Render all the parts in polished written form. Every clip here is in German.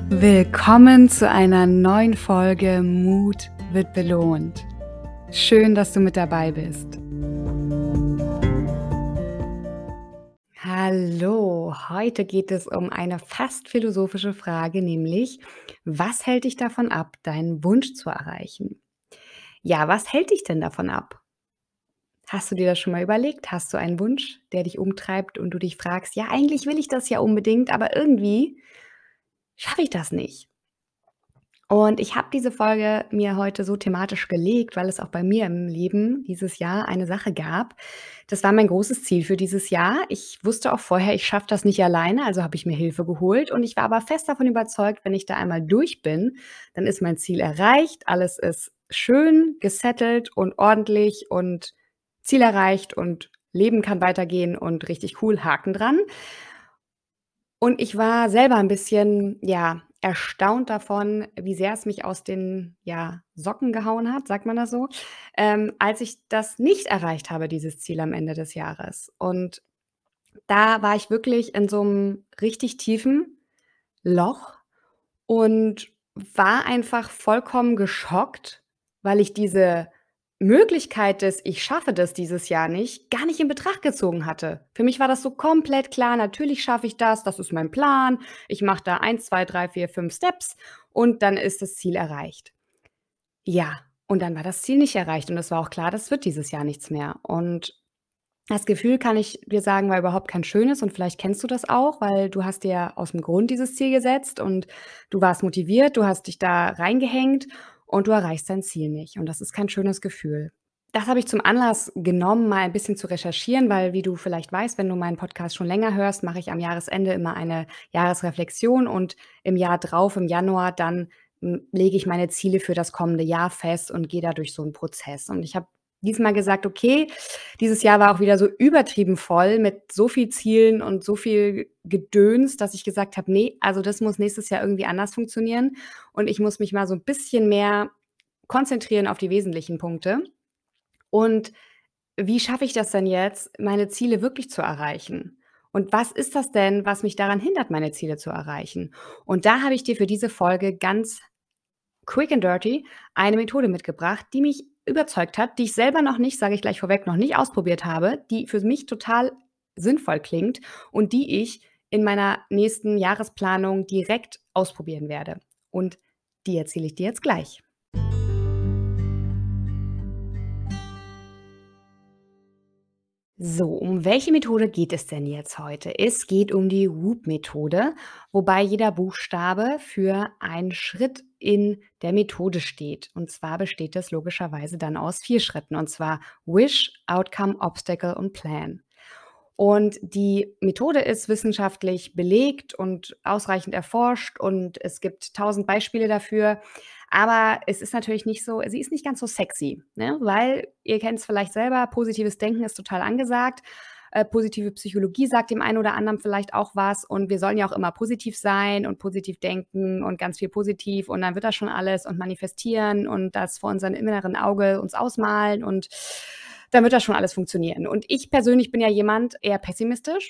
Willkommen zu einer neuen Folge Mut wird belohnt. Schön, dass du mit dabei bist. Hallo, heute geht es um eine fast philosophische Frage, nämlich, was hält dich davon ab, deinen Wunsch zu erreichen? Ja, was hält dich denn davon ab? Hast du dir das schon mal überlegt? Hast du einen Wunsch, der dich umtreibt und du dich fragst, ja, eigentlich will ich das ja unbedingt, aber irgendwie schaffe ich das nicht? Und ich habe diese Folge mir heute so thematisch gelegt, weil es auch bei mir im Leben dieses Jahr eine Sache gab. Das war mein großes Ziel für dieses Jahr. Ich wusste auch vorher, ich schaffe das nicht alleine, also habe ich mir Hilfe geholt. Und ich war aber fest davon überzeugt, wenn ich da einmal durch bin, dann ist mein Ziel erreicht. Alles ist schön, gesettelt und ordentlich und Ziel erreicht und Leben kann weitergehen und richtig cool, Haken dran. Und ich war selber ein bisschen, ja, erstaunt davon, wie sehr es mich aus den, ja, Socken gehauen hat, sagt man das so, als ich das nicht erreicht habe, dieses Ziel am Ende des Jahres. Und da war ich wirklich in so einem richtig tiefen Loch und war einfach vollkommen geschockt, weil ich diese Möglichkeit des „Ich schaffe das dieses Jahr nicht“ gar nicht in Betracht gezogen hatte. Für mich war das so komplett klar: „Natürlich schaffe ich das, das ist mein Plan. Ich mache da 1, 2, 3, 4, 5 Steps und dann ist das Ziel erreicht.“ Ja, und dann war das Ziel nicht erreicht und es war auch klar, das wird dieses Jahr nichts mehr. Und das Gefühl, kann ich dir sagen, war überhaupt kein schönes und vielleicht kennst du das auch, weil du hast dir aus dem Grund dieses Ziel gesetzt und du warst motiviert, du hast dich da reingehängt und du erreichst dein Ziel nicht und das ist kein schönes Gefühl. Das habe ich zum Anlass genommen, mal ein bisschen zu recherchieren, weil wie du vielleicht weißt, wenn du meinen Podcast schon länger hörst, mache ich am Jahresende immer eine Jahresreflexion und im Jahr drauf, im Januar, dann, lege ich meine Ziele für das kommende Jahr fest und gehe da durch so einen Prozess. Und ich habe diesmal gesagt: „Okay, dieses Jahr war auch wieder so übertrieben voll mit so viel Zielen und so viel Gedöns, dass ich gesagt habe: „Ne, also das muss nächstes Jahr irgendwie anders funktionieren und ich muss mich mal so 'n bisschen mehr konzentrieren auf die wesentlichen Punkte.“ Und wie schaffe ich das denn jetzt, meine Ziele wirklich zu erreichen? Und was ist das denn, was mich daran hindert, meine Ziele zu erreichen? Und da habe ich dir für diese Folge ganz quick and dirty eine Methode mitgebracht, die mich überzeugt hat, die ich selber noch nicht, sage ich gleich vorweg, noch nicht ausprobiert habe, die für mich total sinnvoll klingt und die ich in meiner nächsten Jahresplanung direkt ausprobieren werde. Und die erzähle ich dir jetzt gleich. So, um welche Methode geht es denn jetzt heute? Es geht um die Whoop-Methode, wobei jeder Buchstabe für einen Schritt in der Methode steht. Und zwar besteht es logischerweise dann aus 4 Schritten, und zwar Wish, Outcome, Obstacle und Plan. Und die Methode ist wissenschaftlich belegt und ausreichend erforscht und es gibt 1.000 Beispiele dafür. Aber es ist natürlich nicht so, sie ist nicht ganz so sexy, ne? Weil ihr kennt es vielleicht selber, positives Denken ist total angesagt. Positive Psychologie sagt dem einen oder anderen vielleicht auch was und wir sollen ja auch immer positiv sein und positiv denken und ganz viel positiv und dann wird das schon alles und manifestieren und das vor unserem inneren Auge uns ausmalen und dann wird das schon alles funktionieren. Und ich persönlich bin ja jemand eher pessimistisch.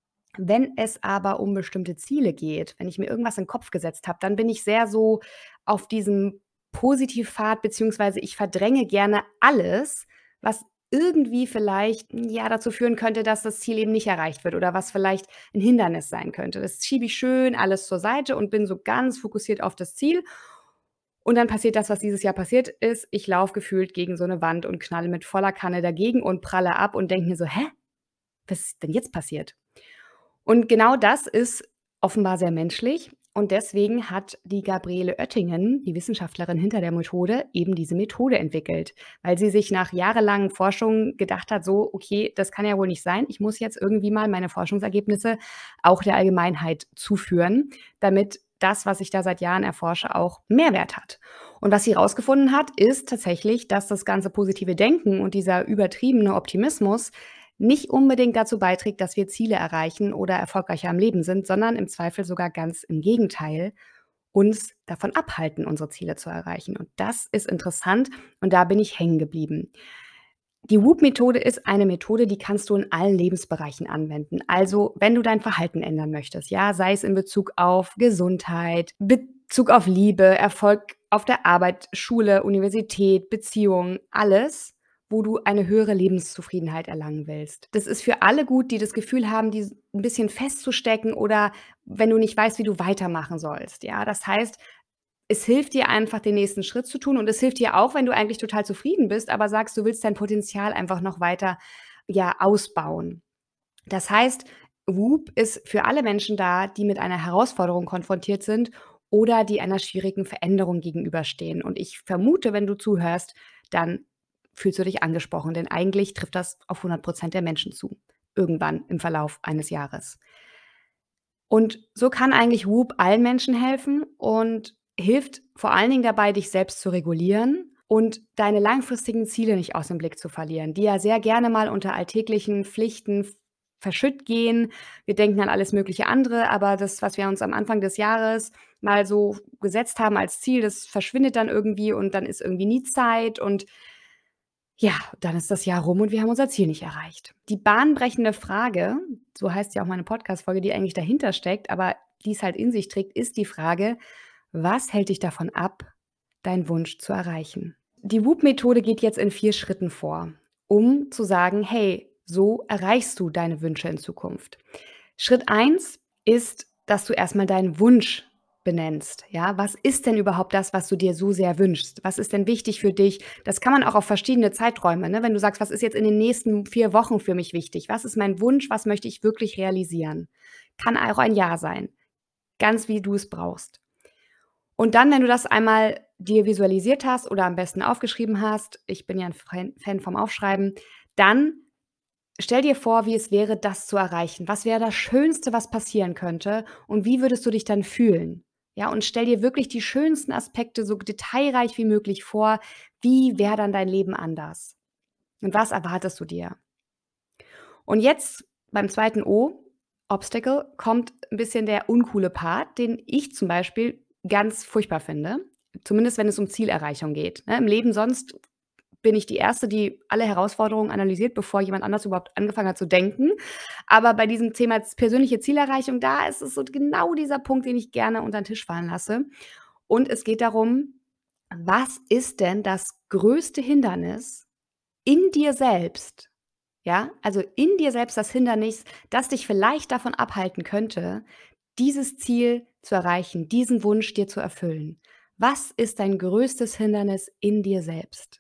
Wenn es aber um bestimmte Ziele geht, wenn ich mir irgendwas in 'n Kopf gesetzt habe, dann bin ich sehr so auf diesem Positivpfad, beziehungsweise ich verdränge gerne alles, was irgendwie vielleicht, ja, dazu führen könnte, dass das Ziel eben nicht erreicht wird oder was vielleicht 'n Hindernis sein könnte. Das schiebe ich schön alles zur Seite und bin so ganz fokussiert auf das Ziel. Und dann passiert das, was dieses Jahr passiert ist. Ich laufe gefühlt gegen so 'ne Wand und knalle mit voller Kanne dagegen und pralle ab und denke mir so: „Hä, was ist denn jetzt passiert?“ Und genau das ist offenbar sehr menschlich und deswegen hat die Gabriele Oettingen, die Wissenschaftlerin hinter der Methode, eben diese Methode entwickelt, weil sie sich nach jahrelangen Forschungen gedacht hat, so: „Okay, das kann ja wohl nicht sein. Ich muss jetzt irgendwie mal meine Forschungsergebnisse auch der Allgemeinheit zuführen, damit das, was ich da seit Jahren erforsche, auch Mehrwert hat.“ Und was sie herausgefunden hat, ist tatsächlich, dass das ganze positive Denken und dieser übertriebene Optimismus nicht unbedingt dazu beiträgt, dass wir Ziele erreichen oder erfolgreicher im Leben sind, sondern im Zweifel sogar ganz im Gegenteil, uns davon abhalten, unsere Ziele zu erreichen. Und das ist interessant und da bin ich hängen geblieben. Die Whoop-Methode ist eine Methode, die kannst du in allen Lebensbereichen anwenden. Also, wenn du dein Verhalten ändern möchtest, ja, sei es in Bezug auf Gesundheit, Bezug auf Liebe, Erfolg auf der Arbeit, Schule, Universität, Beziehungen, alles, wo du eine höhere Lebenszufriedenheit erlangen willst. Das ist für alle gut, die das Gefühl haben, die ein bisschen festzustecken oder wenn du nicht weißt, wie du weitermachen sollst, ja? Das heißt, es hilft dir einfach, den nächsten Schritt zu tun und es hilft dir auch, wenn du eigentlich total zufrieden bist, aber sagst, du willst dein Potenzial einfach noch weiter, ja, ausbauen. Das heißt, Whoop ist für alle Menschen da, die mit einer Herausforderung konfrontiert sind oder die einer schwierigen Veränderung gegenüberstehen. Und ich vermute, wenn du zuhörst, dann fühlst du dich angesprochen, denn eigentlich trifft das auf 100% der Menschen zu, irgendwann im Verlauf eines Jahres. Und so kann eigentlich Whoop allen Menschen helfen und hilft vor allen Dingen dabei, dich selbst zu regulieren und deine langfristigen Ziele nicht aus dem Blick zu verlieren, die ja sehr gerne mal unter alltäglichen Pflichten verschütt gehen. Wir denken an alles mögliche andere, aber das, was wir uns am Anfang des Jahres mal so gesetzt haben als Ziel, das verschwindet dann irgendwie und dann ist irgendwie nie Zeit und ja, dann ist das Jahr rum und wir haben unser Ziel nicht erreicht. Die bahnbrechende Frage, so heißt ja auch meine Podcast-Folge, die eigentlich dahinter steckt, aber die es halt in sich trägt, ist die Frage: Was hält dich davon ab, deinen Wunsch zu erreichen? Die Whoop-Methode geht jetzt in 4 Schritten vor, um zu sagen: „Hey, so erreichst du deine Wünsche in Zukunft.“ Schritt eins ist, dass du erst mal deinen Wunsch benennst, ja? Was ist denn überhaupt das, was du dir so sehr wünschst? Was ist denn wichtig für dich? Das kann man auch auf verschiedene Zeiträume, ne? Wenn du sagst: „Was ist jetzt in den nächsten 4 Wochen für mich wichtig? Was ist mein Wunsch? Was möchte ich wirklich realisieren?“ Kann auch ein Jahr sein, ganz wie du es brauchst. Und dann, wenn du das einmal dir visualisiert hast oder am besten aufgeschrieben hast, ich bin ja 'n Fan vom Aufschreiben, dann stell dir vor, wie es wäre, das zu erreichen. Was wäre das Schönste, was passieren könnte und wie würdest du dich dann fühlen? Ja, und stell dir wirklich die schönsten Aspekte so detailreich wie möglich vor. Wie wäre dann dein Leben anders? Und was erwartest du dir? Und jetzt beim zweiten O, Obstacle, kommt ein bisschen der uncoole Part, den ich zum Beispiel ganz furchtbar finde, zumindest wenn es um Zielerreichung geht, ne? Im Leben sonst bin ich die Erste, die alle Herausforderungen analysiert, bevor jemand anders überhaupt angefangen hat zu denken. Aber bei diesem Thema persönliche Zielerreichung, da ist es so genau dieser Punkt, den ich gerne unter den Tisch fallen lasse. Und es geht darum, was ist denn das größte Hindernis in dir selbst, ja, also in dir selbst das Hindernis, das dich vielleicht davon abhalten könnte, dieses Ziel zu erreichen, diesen Wunsch dir zu erfüllen. Was ist dein größtes Hindernis in dir selbst?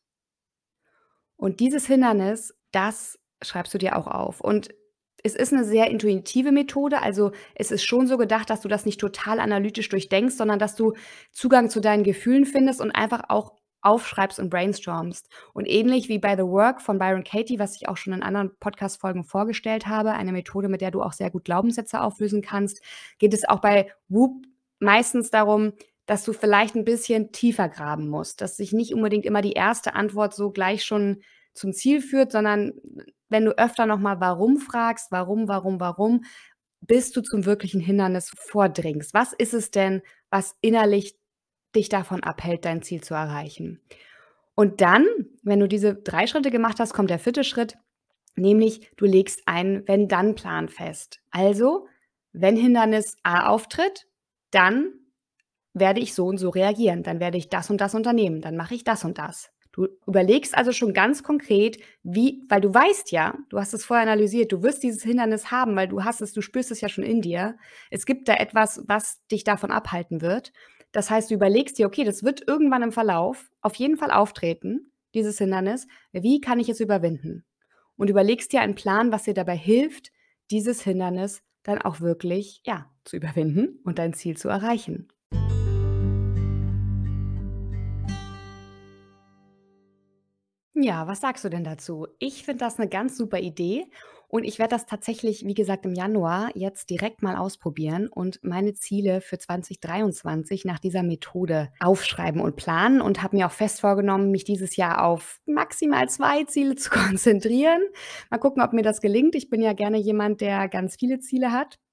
Und dieses Hindernis, das schreibst du dir auch auf. Und es ist eine sehr intuitive Methode, also, es ist schon so gedacht, dass du das nicht total analytisch durchdenkst, sondern dass du Zugang zu deinen Gefühlen findest und einfach auch aufschreibst und brainstormst. Und ähnlich wie bei „The Work“ von Byron Katie, was ich auch schon in anderen Podcast-Folgen vorgestellt habe, eine Methode, mit der du auch sehr gut Glaubenssätze auflösen kannst, geht es auch bei Whoop meistens darum, dass du vielleicht ein bisschen tiefer graben musst, dass sich nicht unbedingt immer die erste Antwort so gleich schon zum Ziel führt, sondern wenn du öfter noch mal „Warum“ fragst, „Warum“, bis du zum wirklichen Hindernis vordringst. Was ist es denn, was innerlich dich davon abhält, dein Ziel zu erreichen? Und dann, wenn du diese 3 Schritte gemacht hast, kommt der vierte Schritt, nämlich du legst einen Wenn-Dann-Plan fest. Also, wenn Hindernis A auftritt, dann werde ich so und so reagieren. Dann werde ich das und das unternehmen. Dann mache ich das und das. Du überlegst also schon ganz konkret, wie, weil du weißt ja, du hast es vorher analysiert, du wirst dieses Hindernis haben, weil du spürst es ja schon in dir. Es gibt da etwas, was dich davon abhalten wird. Das heißt, du überlegst dir: „Okay, das wird irgendwann im Verlauf auf jeden Fall auftreten, dieses Hindernis. Wie kann ich es überwinden?“ Und überlegst dir einen Plan, was dir dabei hilft, dieses Hindernis dann auch wirklich, ja, zu überwinden und dein Ziel zu erreichen. Ja, was sagst du denn dazu? Ich finde das eine ganz super Idee und ich werde das tatsächlich, wie gesagt, im Januar jetzt direkt mal ausprobieren und meine Ziele für 2023 nach dieser Methode aufschreiben und planen und habe mir auch fest vorgenommen, mich dieses Jahr auf maximal 2 Ziele zu konzentrieren. Mal gucken, ob mir das gelingt. Ich bin ja gerne jemand, der ganz viele Ziele hat.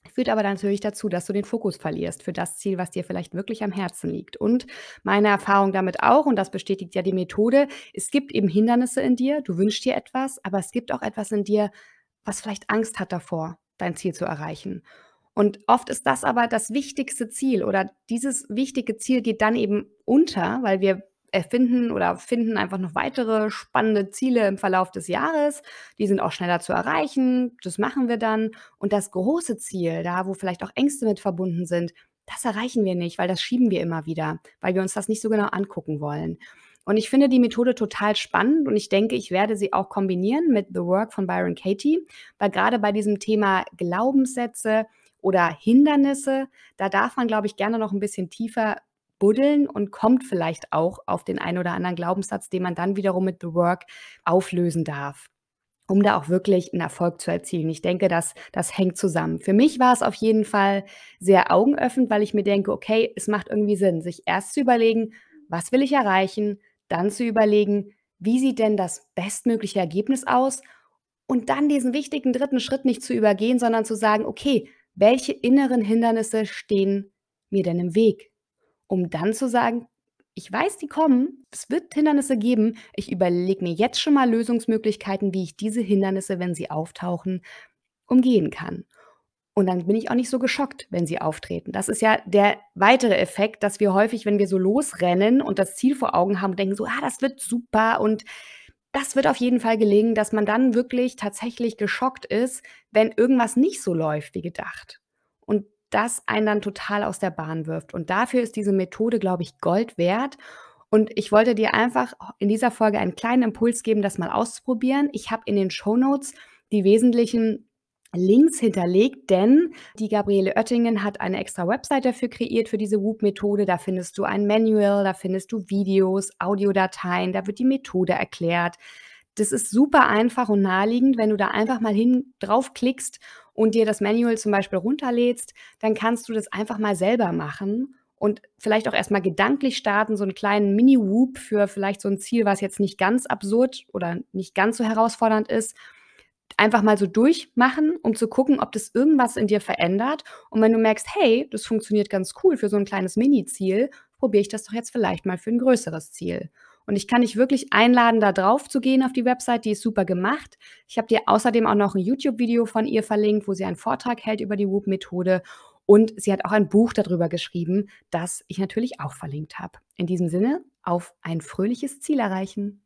Führt aber dann natürlich dazu, dass du den Fokus verlierst für das Ziel, was dir vielleicht wirklich am Herzen liegt. Und meine Erfahrung damit auch, und das bestätigt ja die Methode, es gibt eben Hindernisse in dir, du wünschst dir etwas, aber es gibt auch etwas in dir, was vielleicht Angst hat davor, dein Ziel zu erreichen. Und oft ist das aber das wichtigste Ziel oder dieses wichtige Ziel geht dann eben unter, weil wir erfinden oder finden einfach noch weitere spannende Ziele im Verlauf des Jahres. Die sind auch schneller zu erreichen. Das machen wir dann. Und das große Ziel, da wo vielleicht auch Ängste mit verbunden sind, das erreichen wir nicht, weil das schieben wir immer wieder, weil wir uns das nicht so genau angucken wollen. Und ich finde die Methode total spannend und ich denke, ich werde sie auch kombinieren mit The Work von Byron Katie, weil gerade bei diesem Thema Glaubenssätze oder Hindernisse, da darf man, glaube ich, gerne noch ein bisschen tiefer buddeln und kommt vielleicht auch auf den einen oder anderen Glaubenssatz, den man dann wiederum mit The Work auflösen darf, um da auch wirklich 'n Erfolg zu erzielen. Ich denke, das hängt zusammen. Für mich war es auf jeden Fall sehr augenöffnend, weil ich mir denke: „Okay, es macht irgendwie Sinn, sich erst zu überlegen: „Was will ich erreichen?“ Dann zu überlegen: „Wie sieht denn das bestmögliche Ergebnis aus?“ Und dann diesen wichtigen dritten Schritt nicht zu übergehen, sondern zu sagen: „Okay, welche inneren Hindernisse stehen mir denn im Weg?“ Um dann zu sagen: „Ich weiß, die kommen. Es wird Hindernisse geben. Ich überlege mir jetzt schon mal Lösungsmöglichkeiten, wie ich diese Hindernisse, wenn sie auftauchen, umgehen kann.“ Und dann bin ich auch nicht so geschockt, wenn sie auftreten. Das ist ja der weitere Effekt, dass wir häufig, wenn wir so losrennen und das Ziel vor Augen haben und denken so: „Ah, das wird super und das wird auf jeden Fall gelingen“, dass man dann wirklich tatsächlich geschockt ist, wenn irgendwas nicht so läuft wie gedacht. Und das einen dann total aus der Bahn wirft. Und dafür ist diese Methode, glaube ich, Gold wert. Und ich wollte dir einfach in dieser Folge einen kleinen Impuls geben, das mal auszuprobieren. Ich habe in den Shownotes die wesentlichen Links hinterlegt, denn die Gabriele Oettingen hat eine extra Website dafür kreiert für diese Whoop-Methode. Da findest du ein Manual, da findest du Videos, Audiodateien, da wird die Methode erklärt. Das ist super einfach und naheliegend, wenn du da einfach mal hin draufklickst und dir das Manual zum Beispiel runterlädst, dann kannst du das einfach mal selber machen und vielleicht auch erst mal gedanklich starten, so 'n kleinen Mini-Whoop für vielleicht so 'n Ziel, was jetzt nicht ganz absurd oder nicht ganz so herausfordernd ist. Einfach mal so durchmachen, um zu gucken, ob das irgendwas in dir verändert. Und wenn du merkst: „Hey, das funktioniert ganz cool für so 'n kleines Mini-Ziel, probiere ich das doch jetzt vielleicht mal für 'n größeres Ziel.“ Und ich kann dich wirklich einladen, da drauf zu gehen auf die Website, die ist super gemacht. Ich habe dir außerdem auch noch 'n YouTube-Video von ihr verlinkt, wo sie einen Vortrag hält über die Whoop-Methode und sie hat auch ein Buch da drüber geschrieben, das ich natürlich auch verlinkt habe. In diesem Sinne, auf ein fröhliches Ziel erreichen.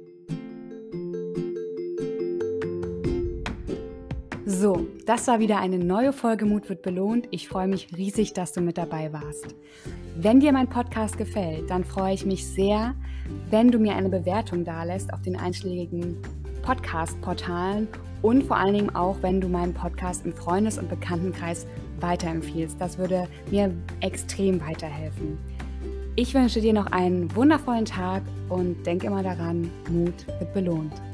So, das war wieder eine neue Folge Mut wird belohnt. Ich freue mich riesig, dass du mit dabei warst. Wenn dir mein Podcast gefällt, dann freue ich mich sehr, wenn du mir eine Bewertung dalässt auf den einschlägigen Podcast-Portalen und vor allen Dingen auch, wenn du meinen Podcast im Freundes- und Bekanntenkreis weiterempfiehlst. Das würde mir extrem weiterhelfen. Ich wünsche dir noch einen wundervollen Tag und denk immer daran, Mut wird belohnt.